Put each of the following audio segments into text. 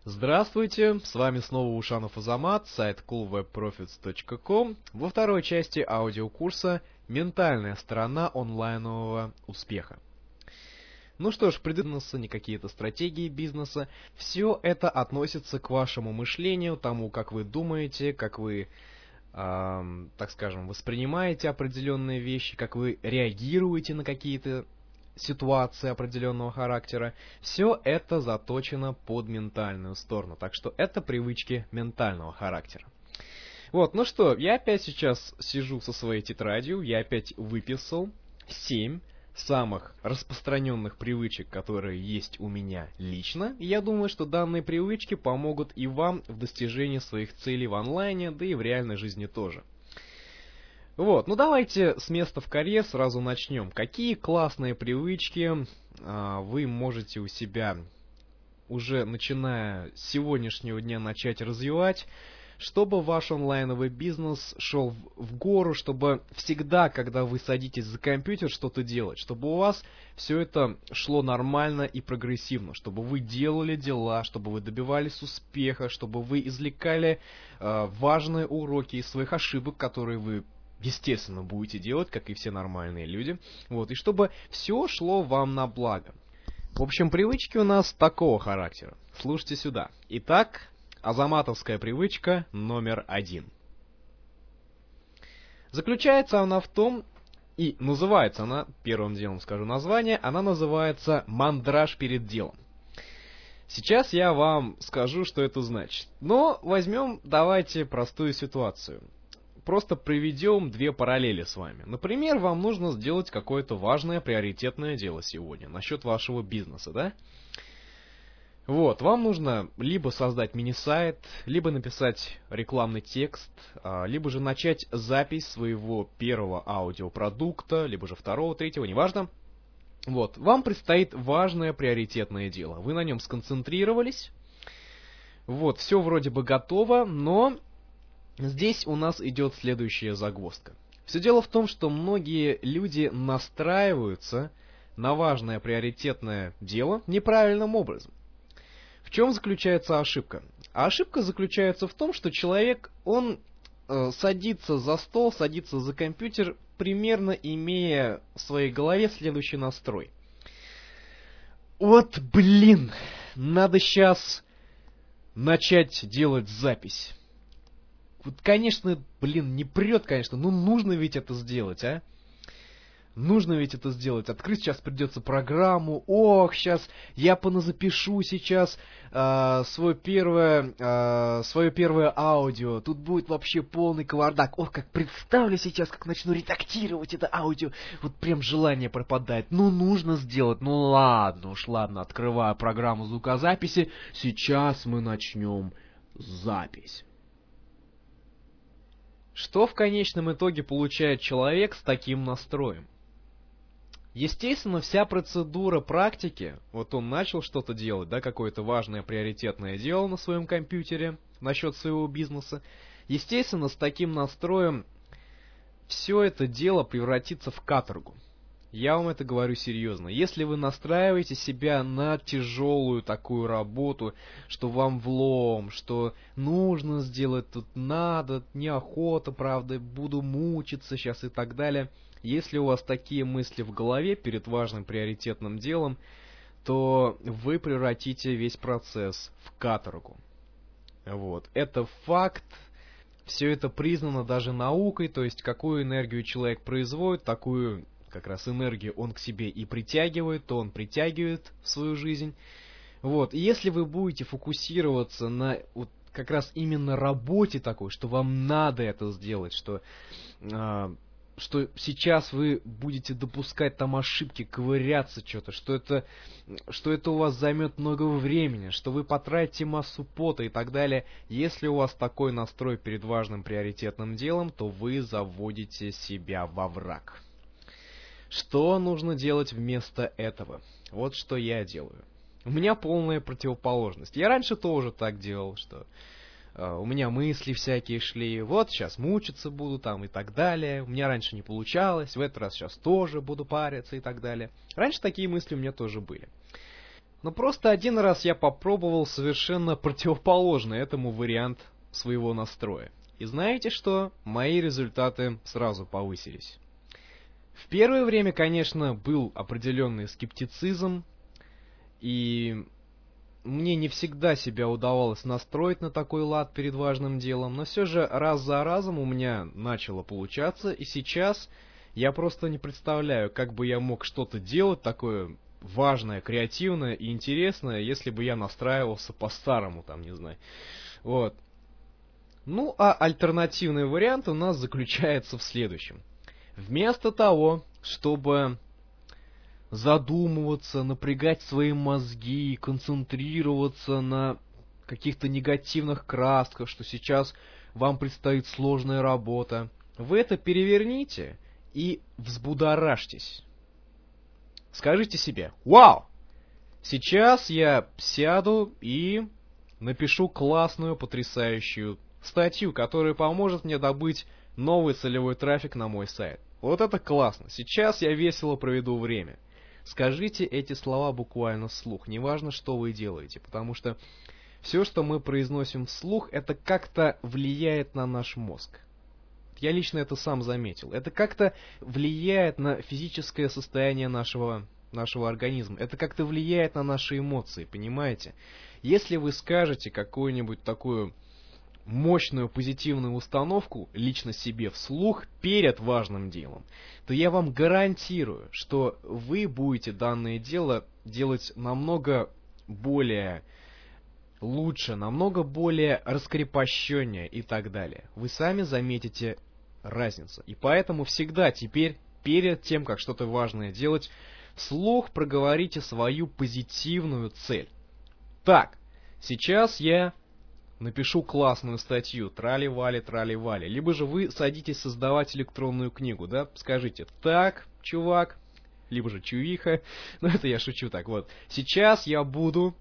Здравствуйте, с вами снова Ушанов Азамат, сайт coolwebprofits.com, во второй части аудиокурса «Ментальная сторона онлайнового успеха». Ну что ж, бизнеса, не какие-то стратегии бизнеса, все это относится к вашему мышлению, тому, как вы думаете, как вы, так скажем, воспринимаете определенные вещи, как вы реагируете на какие-то ситуации определенного характера. Все это заточено под ментальную сторону, так что это привычки ментального характера. Вот, ну что, я опять сейчас сижу со своей тетрадью, я опять выписал 7 самых распространенных привычек, которые есть у меня лично. И я думаю, что данные привычки помогут и вам в достижении своих целей в онлайне, да и в реальной жизни тоже. Вот, ну давайте с места в карьер сразу начнем. Какие классные привычки вы можете у себя уже начиная с сегодняшнего дня начать развивать, чтобы ваш онлайновый бизнес шел в гору, чтобы всегда, когда вы садитесь за компьютер что-то делать, чтобы у вас все это шло нормально и прогрессивно, чтобы вы делали дела, чтобы вы добивались успеха, чтобы вы извлекали важные уроки из своих ошибок, которые вы естественно будете делать, как и все нормальные люди. Вот, и чтобы все шло вам на благо. В общем, привычки у нас такого характера. Слушайте сюда. Итак, азаматовская привычка номер 1. Заключается она в том, и называется она, первым делом скажу название, она называется «Мандраж перед делом». Сейчас я вам скажу, что это значит. Но возьмем, давайте, простую ситуацию. Просто приведем две параллели с вами. Например, вам нужно сделать какое-то важное, приоритетное дело сегодня насчет вашего бизнеса, да? Вот, вам нужно либо создать мини-сайт, либо написать рекламный текст, либо же начать запись своего первого аудиопродукта, либо же второго, третьего, неважно. Вот, вам предстоит важное, приоритетное дело. Вы на нем сконцентрировались. Вот, все вроде бы готово, но здесь у нас идет следующая загвоздка. Все дело в том, что многие люди настраиваются на важное приоритетное дело неправильным образом. В чем заключается ошибка? А ошибка заключается в том, что человек, он садится за стол, садится за компьютер, примерно имея в своей голове следующий настрой. Вот, блин, надо сейчас начать делать запись. Вот, конечно, блин, не прет, конечно, но нужно ведь это сделать, а? Нужно ведь это сделать. Открыть сейчас придется программу. Ох, сейчас я поназапишу сейчас свое первое аудио. Тут будет вообще полный кавардак. Ох, как представлю сейчас, как начну редактировать это аудио. Вот прям желание пропадает. Ну, нужно сделать. Ну, ладно уж, ладно. Открываю программу звукозаписи. Сейчас мы начнем запись. Что в конечном итоге получает человек с таким настроем? Естественно, вся процедура практики, вот он начал что-то делать, да, какое-то важное приоритетное дело на своем компьютере насчет своего бизнеса, естественно, с таким настроем все это дело превратится в каторгу. Я вам это говорю серьезно. Если вы настраиваете себя на тяжелую такую работу, что вам влом, что нужно сделать, тут надо, неохота, правда, буду мучиться сейчас и так далее. Если у вас такие мысли в голове перед важным приоритетным делом, то вы превратите весь процесс в каторгу. Вот. Это факт. Все это признано даже наукой, то есть какую энергию человек производит, такую как раз энергию он к себе и притягивает, то он притягивает в свою жизнь. Вот. И если вы будете фокусироваться на вот как раз именно работе такой, что вам надо это сделать, что сейчас вы будете допускать там ошибки, ковыряться что-то, что это у вас займет много времени, что вы потратите массу пота и так далее. Если у вас такой настрой перед важным приоритетным делом, то вы заводите себя во враг. Что нужно делать вместо этого? Вот что я делаю. У меня полная противоположность. Я раньше тоже так делал, что у меня мысли всякие шли, вот сейчас мучиться буду там и так далее. У меня раньше не получалось, в этот раз сейчас тоже буду париться и так далее. Раньше такие мысли у меня тоже были. Но просто один раз я попробовал совершенно противоположный этому вариант своего настроя. И знаете что? Мои результаты сразу повысились. В первое время, конечно, был определенный скептицизм, и мне не всегда себя удавалось настроить на такой лад перед важным делом, но все же раз за разом у меня начало получаться, и сейчас я просто не представляю, как бы я мог что-то делать такое важное, креативное и интересное, если бы я настраивался по-старому, там, не знаю. Вот. Ну, а альтернативный вариант у нас заключается в следующем. Вместо того, чтобы задумываться, напрягать свои мозги, концентрироваться на каких-то негативных красках, что сейчас вам предстоит сложная работа, вы это переверните и взбудоражьтесь. Скажите себе: «Вау! Сейчас я сяду и напишу классную, потрясающую статью, которая поможет мне добыть новый целевой трафик на мой сайт. Вот это классно! Сейчас я весело проведу время». Скажите эти слова буквально вслух, неважно, что вы делаете, потому что все, что мы произносим вслух, это как-то влияет на наш мозг. Я лично это сам заметил. Это как-то влияет на физическое состояние нашего организма. Это как-то влияет на наши эмоции, понимаете? Если вы скажете какую-нибудь такую мощную позитивную установку лично себе вслух перед важным делом, то я вам гарантирую, что вы будете данное дело делать намного более лучше, намного более раскрепощеннее и так далее. Вы сами заметите разницу. И поэтому всегда теперь, перед тем, как что-то важное делать, вслух проговорите свою позитивную цель. Так, сейчас я напишу классную статью, трали-вали, трали-вали. Либо же вы садитесь создавать электронную книгу, да? Скажите: так, чувак, либо же чувиха, ну это я шучу так вот. Сейчас я буду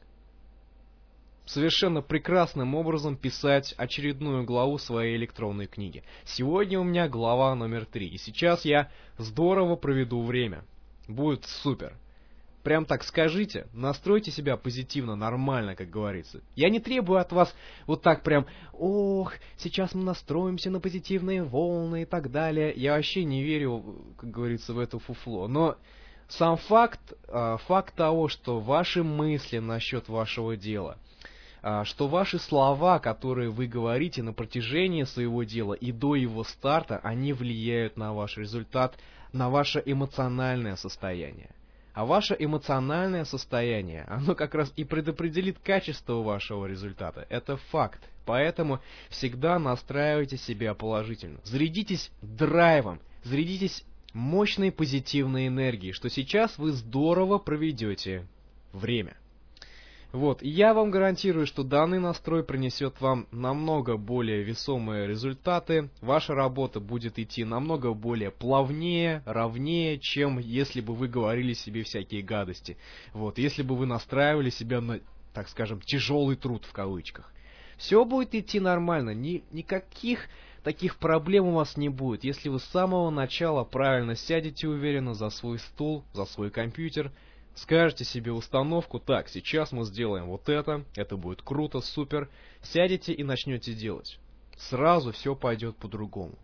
совершенно прекрасным образом писать очередную главу своей электронной книги. Сегодня у меня глава номер 3, и сейчас я здорово проведу время. Будет супер. Прям так скажите, настройте себя позитивно, нормально, как говорится. Я не требую от вас вот так прям: ох, сейчас мы настроимся на позитивные волны и так далее. Я вообще не верю, как говорится, в это фуфло. Но сам факт того, что ваши мысли насчет вашего дела, что ваши слова, которые вы говорите на протяжении своего дела и до его старта, они влияют на ваш результат, на ваше эмоциональное состояние. А ваше эмоциональное состояние, оно как раз и предопределит качество вашего результата. Это факт. Поэтому всегда настраивайте себя положительно. Зарядитесь драйвом, зарядитесь мощной позитивной энергией, что сейчас вы здорово проведете время. Вот, и я вам гарантирую, что данный настрой принесет вам намного более весомые результаты. Ваша работа будет идти намного более плавнее, ровнее, чем если бы вы говорили себе всякие гадости. Вот, если бы вы настраивали себя на, так скажем, тяжелый труд в кавычках. Все будет идти нормально, никаких таких проблем у вас не будет, если вы с самого начала правильно сядете уверенно за свой стул, за свой компьютер, скажете себе установку: так, сейчас мы сделаем вот это будет круто, супер. Сядете и начнете делать. Сразу все пойдет по-другому.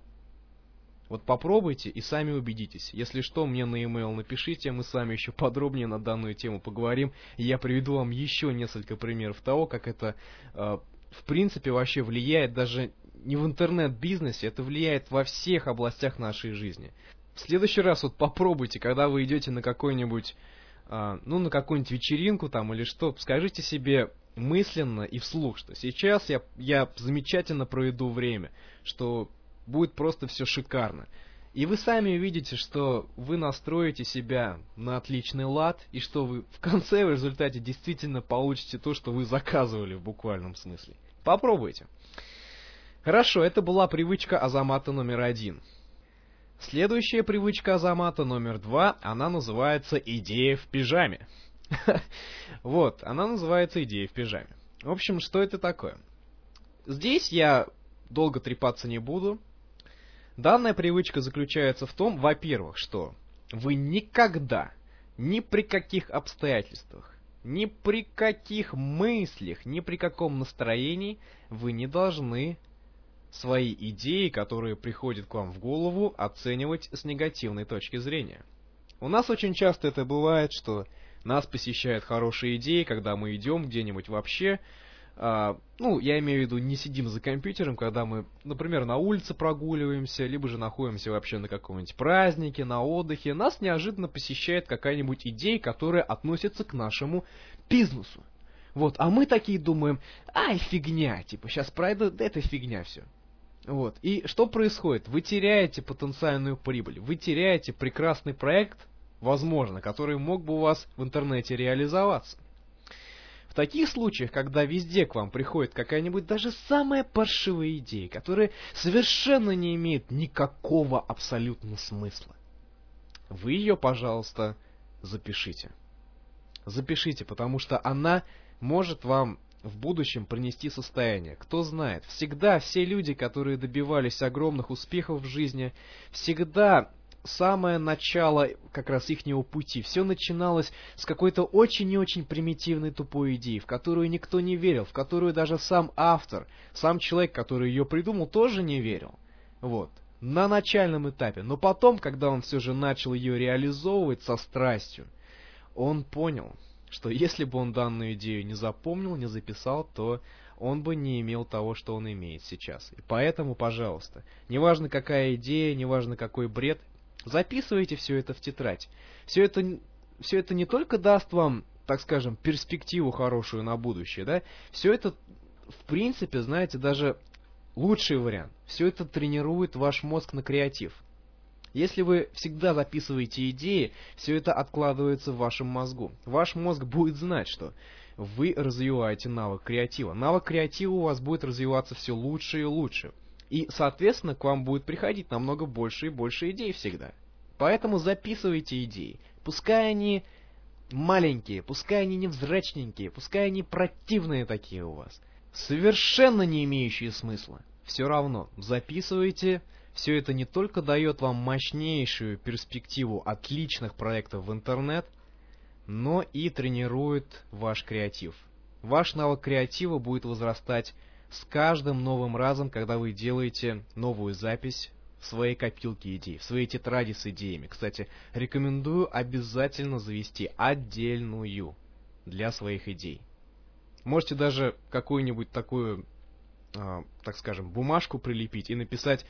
Вот попробуйте и сами убедитесь. Если что, мне на e-mail напишите, мы с вами еще подробнее на данную тему поговорим. И я приведу вам еще несколько примеров того, как это в принципе вообще влияет даже не в интернет-бизнесе, это влияет во всех областях нашей жизни. В следующий раз вот попробуйте, когда вы идете на какой-нибудь на какую-нибудь вечеринку там или что, скажите себе мысленно и вслух, что сейчас я замечательно проведу время, что будет просто все шикарно. И вы сами увидите, что вы настроите себя на отличный лад, и что вы в конце в результате действительно получите то, что вы заказывали в буквальном смысле. Попробуйте. Хорошо, это была привычка Азамата номер 1. Следующая привычка Азамата номер 2, она называется «Идея в пижаме». Вот, она называется «Идея в пижаме». В общем, что это такое? Здесь я долго трепаться не буду. Данная привычка заключается в том, во-первых, что вы никогда, ни при каких обстоятельствах Ни при каких мыслях, ни при каком настроении вы не должны свои идеи, которые приходят к вам в голову, оценивать с негативной точки зрения. У нас очень часто это бывает, что нас посещают хорошие идеи, когда мы идем где-нибудь вообще. Я имею в виду, не сидим за компьютером, когда мы, например, на улице прогуливаемся, либо же находимся вообще на каком-нибудь празднике, на отдыхе. Нас неожиданно посещает какая-нибудь идея, которая относится к нашему бизнесу. Вот, а мы такие думаем, ай, фигня, типа, сейчас пройду, да это фигня все. Вот, и что происходит? Вы теряете потенциальную прибыль, вы теряете прекрасный проект, возможно, который мог бы у вас в интернете реализоваться. В таких случаях, когда везде к вам приходит какая-нибудь даже самая паршивая идея, которая совершенно не имеет никакого абсолютно смысла, вы ее, пожалуйста, запишите. Запишите, потому что она может вам в будущем принести состояние. Кто знает, всегда все люди, которые добивались огромных успехов в жизни, всегда самое начало как раз ихнего пути, все начиналось с какой-то очень и очень примитивной тупой идеи, в которую никто не верил, в которую даже сам автор, сам человек, который ее придумал, тоже не верил. Вот. На начальном этапе. Но потом, когда он все же начал ее реализовывать со страстью, он понял, что если бы он данную идею не запомнил, не записал, то он бы не имел того, что он имеет сейчас. И поэтому, пожалуйста, неважно какая идея, неважно какой бред, записывайте все это в тетрадь. Все это не только даст вам, так скажем, перспективу хорошую на будущее, да? Все это, в принципе, знаете, даже лучший вариант. Все это тренирует ваш мозг на креатив. Если вы всегда записываете идеи, все это откладывается в вашем мозгу. Ваш мозг будет знать, что вы развиваете навык креатива. Навык креатива у вас будет развиваться все лучше и лучше. И, соответственно, к вам будет приходить намного больше и больше идей всегда. Поэтому записывайте идеи. Пускай они маленькие, пускай они невзрачненькие, пускай они противные такие у вас. Совершенно не имеющие смысла. Все равно записывайте. Все это не только дает вам мощнейшую перспективу отличных проектов в интернет, но и тренирует ваш креатив. Ваш навык креатива будет возрастать с каждым новым разом, когда вы делаете новую запись в своей копилке идей, в своей тетради с идеями. Кстати, рекомендую обязательно завести отдельную для своих идей. Можете даже какую-нибудь такую, так скажем, бумажку прилепить и написать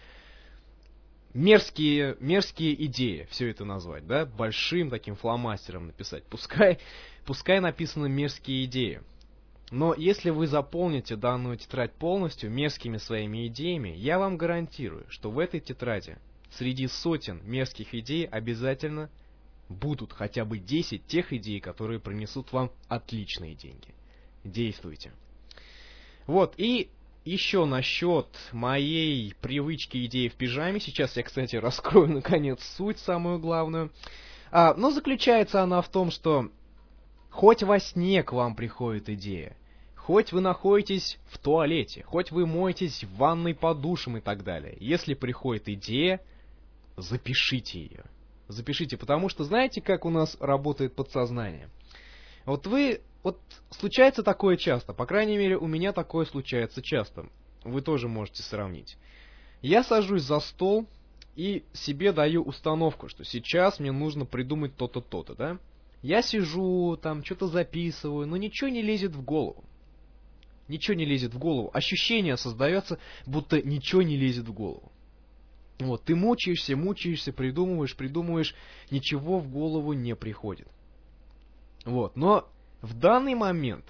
мерзкие идеи, все это назвать, да, большим таким фломастером написать. Пускай написаны мерзкие идеи. Но если вы заполните данную тетрадь полностью мерзкими своими идеями, я вам гарантирую, что в этой тетради среди сотен мерзких идей обязательно будут хотя бы 10 тех идей, которые принесут вам отличные деньги. Действуйте. Вот, и еще насчет моей привычки идеи в пижаме. Сейчас я, кстати, раскрою наконец суть, самую главную. Но заключается она в том, что хоть во сне к вам приходит идея, хоть вы находитесь в туалете, хоть вы моетесь в ванной под душем и так далее. Если приходит идея, запишите ее. Запишите, потому что знаете, как у нас работает подсознание? Вот случается такое часто, по крайней мере, у меня такое случается часто. Вы тоже можете сравнить. Я сажусь за стол и себе даю установку, что сейчас мне нужно придумать то-то, то-то, да? Я сижу, там, что-то записываю, но ничего не лезет в голову. Ничего не лезет в голову. Ощущение создается, будто ничего не лезет в голову. Вот, ты мучаешься, придумываешь, ничего в голову не приходит. Вот, но в данный момент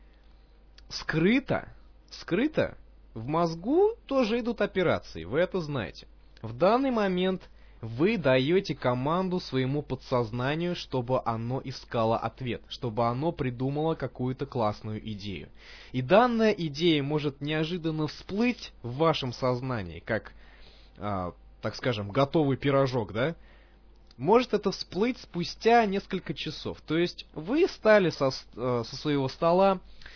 скрыто в мозгу тоже идут операции, вы это знаете. В данный момент вы даете команду своему подсознанию, чтобы оно искало ответ, чтобы оно придумало какую-то классную идею. И данная идея может неожиданно всплыть в вашем сознании, как, так скажем, готовый пирожок, да? Может это всплыть спустя несколько часов. То есть вы встали со своего стола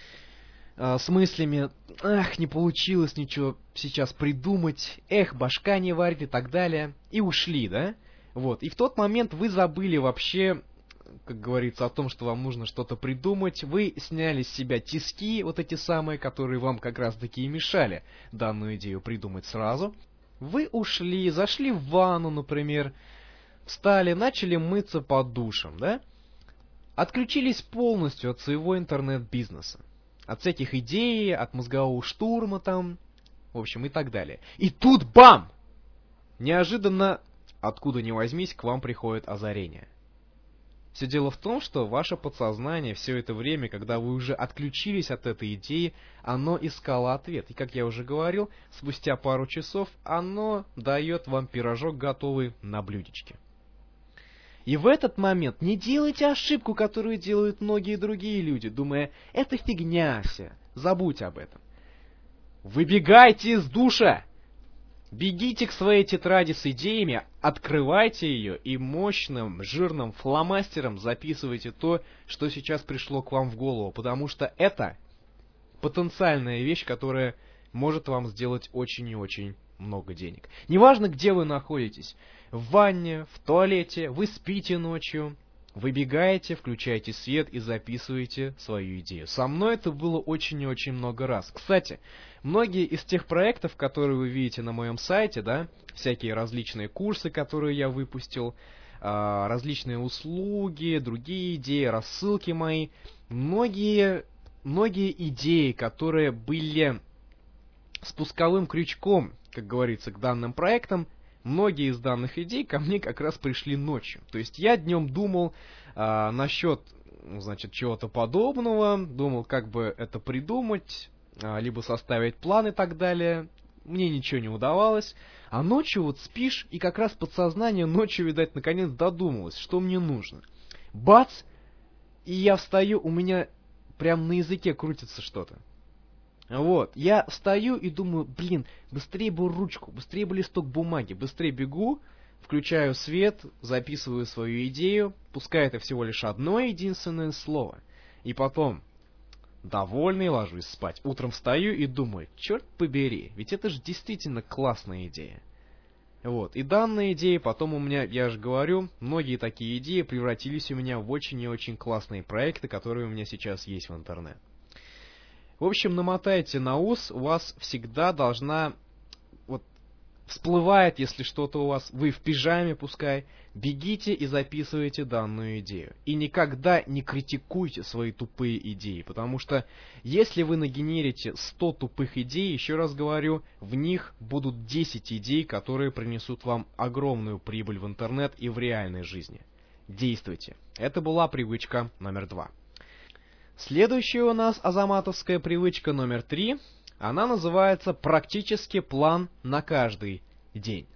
с мыслями: ах, не получилось ничего сейчас придумать, эх, башка не варит и так далее, и ушли, да? Вот. И в тот момент вы забыли вообще как говорится, о том, что вам нужно что-то придумать, вы сняли с себя тиски, вот эти самые, которые вам как раз-таки и мешали данную идею придумать сразу. Вы ушли, зашли в ванну, например, встали, начали мыться под душем, да? Отключились полностью от своего интернет-бизнеса. От всяких идей, от мозгового штурма там, в общем, и так далее. И тут бам! Неожиданно, откуда ни возьмись, к вам приходит озарение. Все дело в том, что ваше подсознание все это время, когда вы уже отключились от этой идеи, оно искало ответ. И, как я уже говорил, спустя пару часов оно дает вам пирожок готовый на блюдечке. И в этот момент не делайте ошибку, которую делают многие другие люди, думая, это фигня вся, забудь об этом. Выбегайте из душа! Бегите к своей тетради с идеями, открывайте ее и мощным, жирным фломастером записывайте то, что сейчас пришло к вам в голову, потому что это потенциальная вещь, которая может вам сделать очень и очень много денег. Неважно, где вы находитесь, в ванне, в туалете, вы спите ночью, выбегаете, включаете свет и записываете свою идею. Со мной это было очень и очень много раз. Кстати, многие из тех проектов, которые вы видите на моем сайте, да, всякие различные курсы, которые я выпустил, различные услуги, другие идеи, рассылки мои, многие идеи, которые были спусковым крючком, как говорится, к данным проектам, многие из данных идей ко мне как раз пришли ночью. То есть я днем думал насчет, значит, чего-то подобного, думал, как бы это придумать, либо составить план и так далее. Мне ничего не удавалось. А ночью вот спишь, и как раз подсознание ночью, видать, наконец додумалось, что мне нужно. Бац! И я встаю, у меня прям на языке крутится что-то. Вот, я встаю и думаю, блин, быстрее бы ручку, быстрее бы листок бумаги, быстрее бегу, включаю свет, записываю свою идею, пускай это всего лишь одно единственное слово. И потом, довольный, ложусь спать. Утром встаю и думаю, черт побери, ведь это же действительно классная идея. Вот, и данные идеи потом у меня, я же говорю, многие такие идеи превратились у меня в очень и очень классные проекты, которые у меня сейчас есть в интернете. В общем, намотайте на ус, у вас всегда должна, вот, всплывает, если что-то у вас, вы в пижаме пускай, бегите и записывайте данную идею. И никогда не критикуйте свои тупые идеи, потому что если вы нагенерите 100 тупых идей, еще раз говорю, в них будут 10 идей, которые принесут вам огромную прибыль в интернет и в реальной жизни. Действуйте. Это была привычка номер 2. Следующая у нас азаматовская привычка номер 3. Она называется «Практически план на каждый день».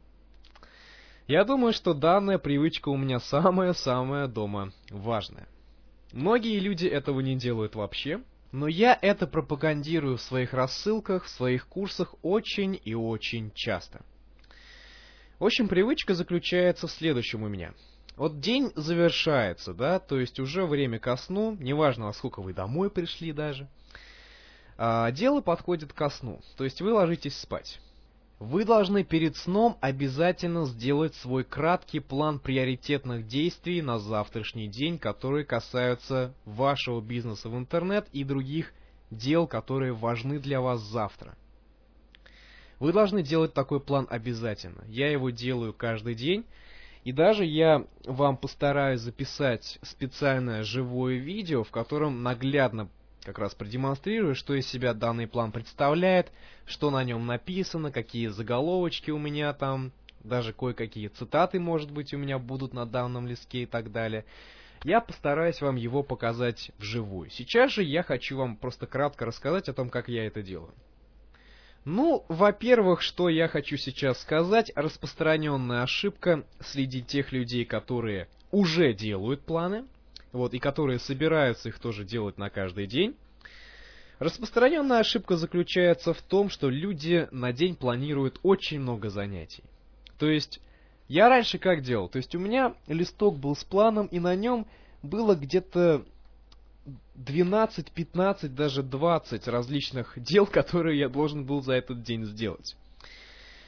Я думаю, что данная привычка у меня самая-самая дома важная. Многие люди этого не делают вообще, но я это пропагандирую в своих рассылках, в своих курсах очень и очень часто. В общем, привычка заключается в следующем у меня. Вот день завершается, да, то есть уже время ко сну, неважно, во сколько вы домой пришли даже. Дело подходит ко сну, то есть вы ложитесь спать. Вы должны перед сном обязательно сделать свой краткий план приоритетных действий на завтрашний день, которые касаются вашего бизнеса в интернет и других дел, которые важны для вас завтра. Вы должны делать такой план обязательно. Я его делаю каждый день. И даже я вам постараюсь записать специальное живое видео, в котором наглядно как раз продемонстрирую, что из себя данный план представляет, что на нем написано, какие заголовочки у меня там, даже кое-какие цитаты, может быть, у меня будут на данном листке и так далее. Я постараюсь вам его показать вживую. Сейчас же я хочу вам просто кратко рассказать о том, как я это делаю. Ну, во-первых, что я хочу сейчас сказать, распространенная ошибка среди тех людей, которые уже делают планы, вот, и которые собираются их тоже делать на каждый день. Распространенная ошибка заключается в том, что люди на день планируют очень много занятий. То есть, я раньше как делал? То есть, у меня листок был с планом, и на нем было где-то 12, 15, даже 20 различных дел, которые я должен был за этот день сделать.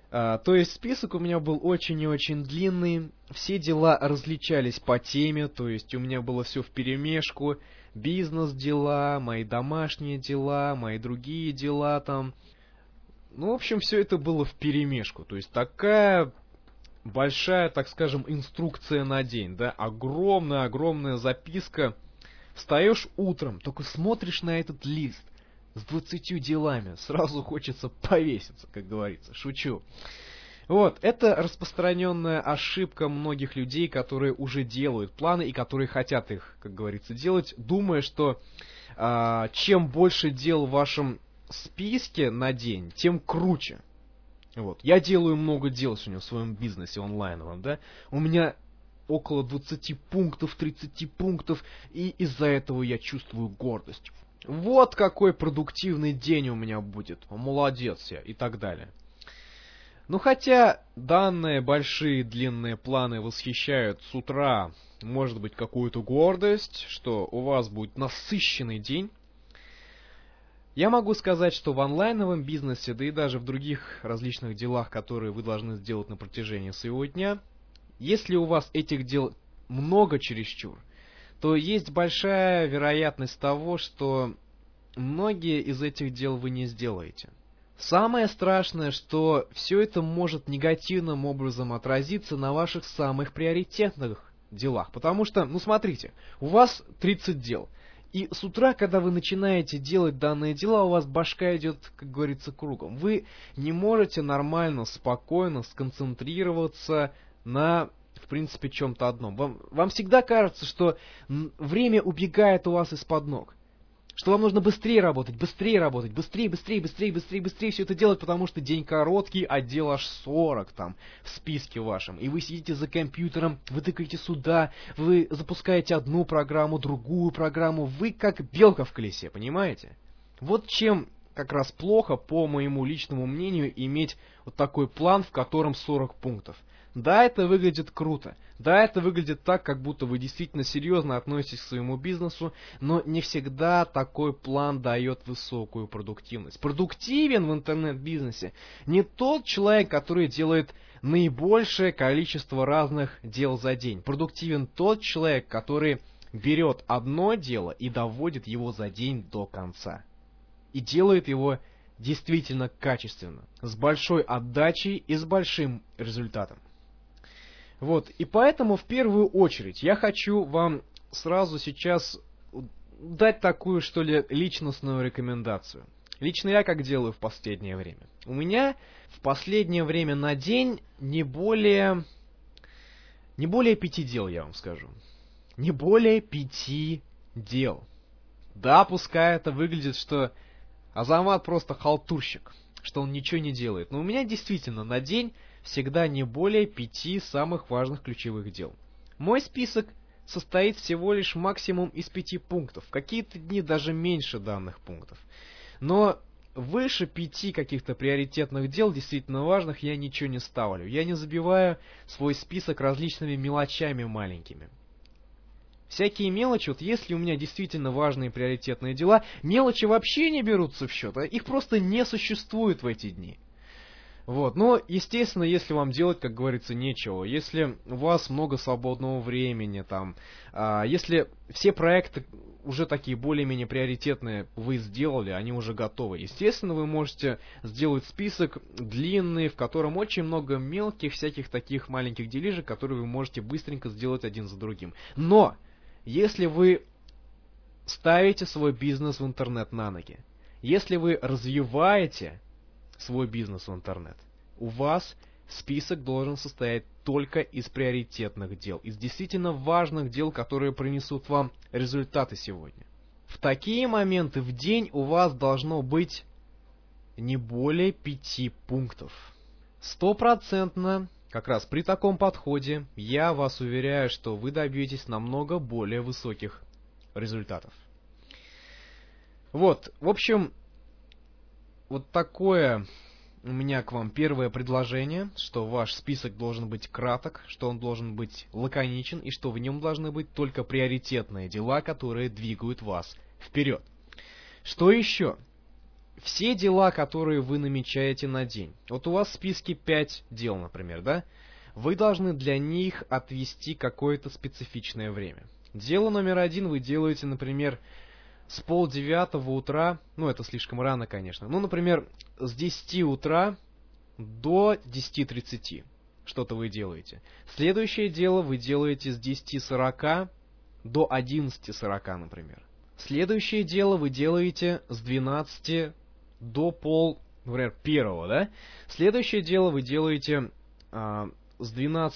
То есть список у меня был очень и очень длинный, все дела различались по теме, то есть у меня было все вперемешку, бизнес-дела, мои домашние дела, мои другие дела там. Ну, в общем, все это было вперемешку, то есть такая большая, так скажем, инструкция на день, да, огромная-огромная записка. Встаешь утром, только смотришь на этот лист с 20 делами, сразу хочется повеситься, как говорится, шучу. Вот, это распространенная ошибка многих людей, которые уже делают планы и которые хотят их, как говорится, делать, думая, что чем больше дел в вашем списке на день, тем круче. Вот. Я делаю много дел сегодня в своем бизнесе онлайновом, да. У меня около 20 пунктов, 30 пунктов, и из-за этого я чувствую гордость. Вот какой продуктивный день у меня будет. Молодец я, и так далее. Ну хотя данные большие длинные планы восхищают с утра, может быть, какую-то гордость, что у вас будет насыщенный день. Я могу сказать, что в онлайновом бизнесе, да и даже в других различных делах, которые вы должны сделать на протяжении своего дня, если у вас этих дел много чересчур, то есть большая вероятность того, что многие из этих дел вы не сделаете. Самое страшное, что все это может негативным образом отразиться на ваших самых приоритетных делах. Потому что, ну смотрите, у вас 30 дел. И с утра, когда вы начинаете делать данные дела, у вас башка идет, как говорится, кругом. Вы не можете нормально, спокойно сконцентрироваться на, в принципе, чем-то одном. Вам всегда кажется, что время убегает у вас из-под ног. Что вам нужно быстрее работать, быстрее, быстрее все это делать, потому что день короткий, а дел аж 40 там в списке вашем. И вы сидите за компьютером, вы тыкаете сюда, вы запускаете одну программу, другую программу, вы как белка в колесе, понимаете? Вот чем как раз плохо, по моему личному мнению, иметь вот такой план, в котором 40 пунктов. Да, это выглядит круто. Да, это выглядит так, как будто вы действительно серьезно относитесь к своему бизнесу, но не всегда такой план дает высокую продуктивность. Продуктивен в интернет-бизнесе не тот человек, который делает наибольшее количество разных дел за день. Продуктивен тот человек, который берет одно дело и доводит его за день до конца. И делает его действительно качественно, с большой отдачей и с большим результатом. Вот, и поэтому в первую очередь я хочу вам сразу сейчас дать такую, что ли, личностную рекомендацию. Лично я как делаю в последнее время. У меня в последнее время на день не более 5 дел, я вам скажу. Не более 5 дел. Да, пускай это выглядит, что Азамат просто халтурщик, что он ничего не делает. Но у меня действительно на день всегда не более 5 самых важных ключевых дел. Мой список состоит всего лишь максимум из 5 пунктов. Какие-то дни даже меньше данных пунктов. Но выше 5 каких-то приоритетных дел, действительно важных, я ничего не ставлю. Я не забиваю свой список различными мелочами маленькими. Всякие мелочи, вот если у меня действительно важные приоритетные дела, мелочи вообще не берутся в счет, их просто не существует в эти дни. Вот, но, естественно, если вам делать, как говорится, нечего, если у вас много свободного времени, там, если все проекты уже такие более-менее приоритетные вы сделали, они уже готовы, естественно, вы можете сделать список длинный, в котором очень много мелких всяких таких маленьких делишек, которые вы можете быстренько сделать один за другим. Но, если вы ставите свой бизнес в интернет на ноги, если вы развиваете свой бизнес в интернет, у вас список должен состоять только из приоритетных дел, из действительно важных дел, которые принесут вам результаты сегодня. В такие моменты в день у вас должно быть не более 5 пунктов. 100%, как раз при таком подходе, я вас уверяю, что вы добьетесь намного более высоких результатов. Вот, в общем, вот такое у меня к вам первое предложение, что ваш список должен быть краток, что он должен быть лаконичен и что в нем должны быть только приоритетные дела, которые двигают вас вперед. Что еще? все дела, которые вы намечаете на день. Вот у вас в списке 5 дел, например, да? Вы должны для них отвести какое-то специфичное время. Дело номер 1 вы делаете, например, с 8:30 утра, ну это слишком рано, конечно, ну, например, с 10 утра до 10:30 что-то вы делаете. Следующее дело вы делаете с 10:40 до 11:40, например. Следующее дело вы делаете с 12 до например, первого, да? Следующее дело вы делаете с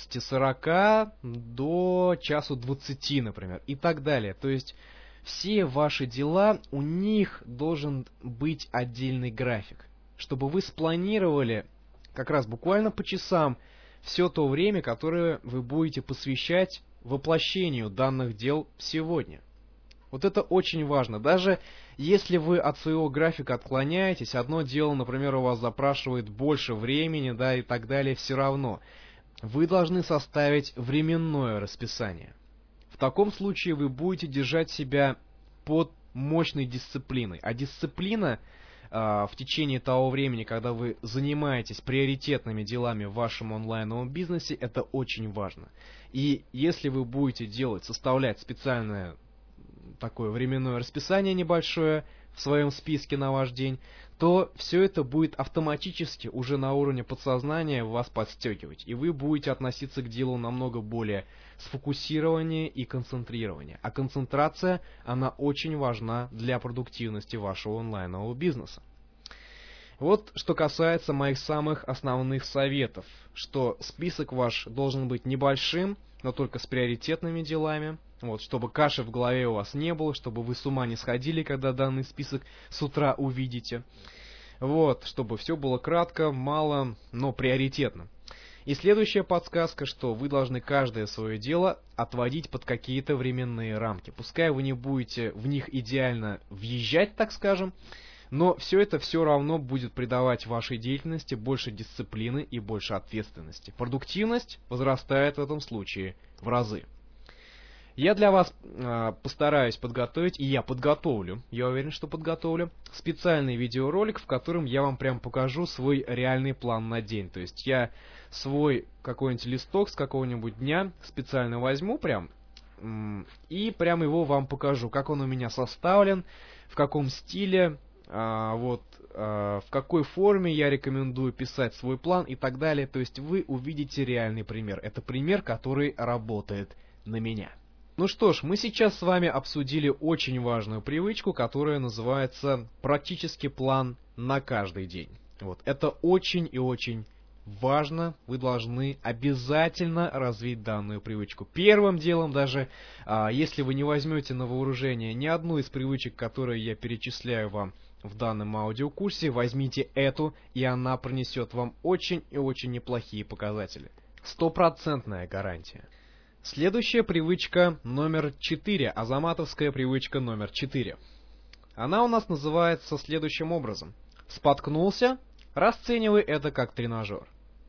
12:40 до часу 20, например, и так далее. То есть все ваши дела, у них должен быть отдельный график, чтобы вы спланировали как раз буквально по часам все то время, которое вы будете посвящать воплощению данных дел сегодня. Вот это очень важно. Даже если вы от своего графика отклоняетесь, одно дело, например, у вас запрашивает больше времени, да, и так далее, все равно вы должны составить временное расписание. В таком случае вы будете держать себя под мощной дисциплиной. А дисциплина в течение того времени, когда вы занимаетесь приоритетными делами в вашем онлайновом бизнесе, это очень важно. И если вы будете составлять специальное такое временное расписание небольшое в своем списке на ваш день, то все это будет автоматически уже на уровне подсознания вас подстегивать. И вы будете относиться к делу намного более сфокусированнее и концентрированнее. А концентрация, она очень важна для продуктивности вашего онлайнового бизнеса. Вот что касается моих самых основных советов, что список ваш должен быть небольшим, но только с приоритетными делами, вот, чтобы каши в голове у вас не было, чтобы вы с ума не сходили, когда данный список с утра увидите. Вот, чтобы все было кратко, мало, но приоритетно. И следующая подсказка, что вы должны каждое свое дело отводить под какие-то временные рамки. Пускай вы не будете в них идеально въезжать, так скажем, но все это все равно будет придавать вашей деятельности больше дисциплины и больше ответственности. Продуктивность возрастает в этом случае в разы. Я для вас постараюсь подготовить, и я подготовлю, я уверен, что подготовлю, специальный видеоролик, в котором я вам прям покажу свой реальный план на день. То есть я свой какой-нибудь листок с какого-нибудь дня специально возьму прям, и прям его вам покажу, как он у меня составлен, в каком стиле, в какой форме я рекомендую писать свой план и так далее. То есть вы увидите реальный пример. Это пример, который работает на меня. Ну что ж, мы сейчас с вами обсудили очень важную привычку, которая называется практически план на каждый день. Вот. Это очень и очень важно. Вы должны обязательно развить данную привычку. Первым делом, даже если вы не возьмете на вооружение ни одну из привычек, которые я перечисляю вам в данном аудиокурсе, возьмите эту, и она принесет вам очень и очень неплохие показатели. 100% гарантия. Следующая привычка номер 4, азаматовская привычка номер 4. Она у нас называется следующим образом. Споткнулся, расценивай это как тренажер.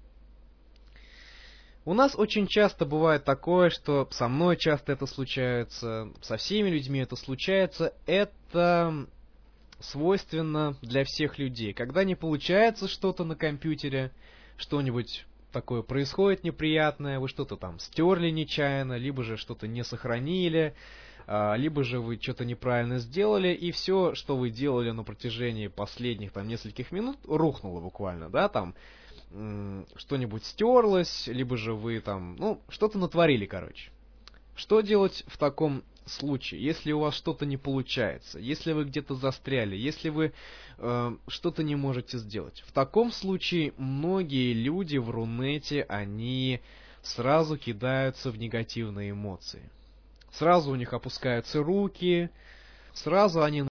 У нас очень часто бывает такое, что со мной часто это случается, со всеми людьми это случается. Это свойственно для всех людей. Когда не получается что-то на компьютере, что-нибудь такое происходит неприятное, вы что-то там стерли нечаянно, либо же что-то не сохранили, либо же вы что-то неправильно сделали, и все, что вы делали на протяжении последних там нескольких минут, рухнуло буквально, да, там что-нибудь стерлось, либо же вы там, что-то натворили, короче. Что делать в таком случае, если у вас что-то не получается, если вы где-то застряли, если вы что-то не можете сделать? В таком случае многие люди в Рунете, они сразу кидаются в негативные эмоции. Сразу у них опускаются руки, сразу они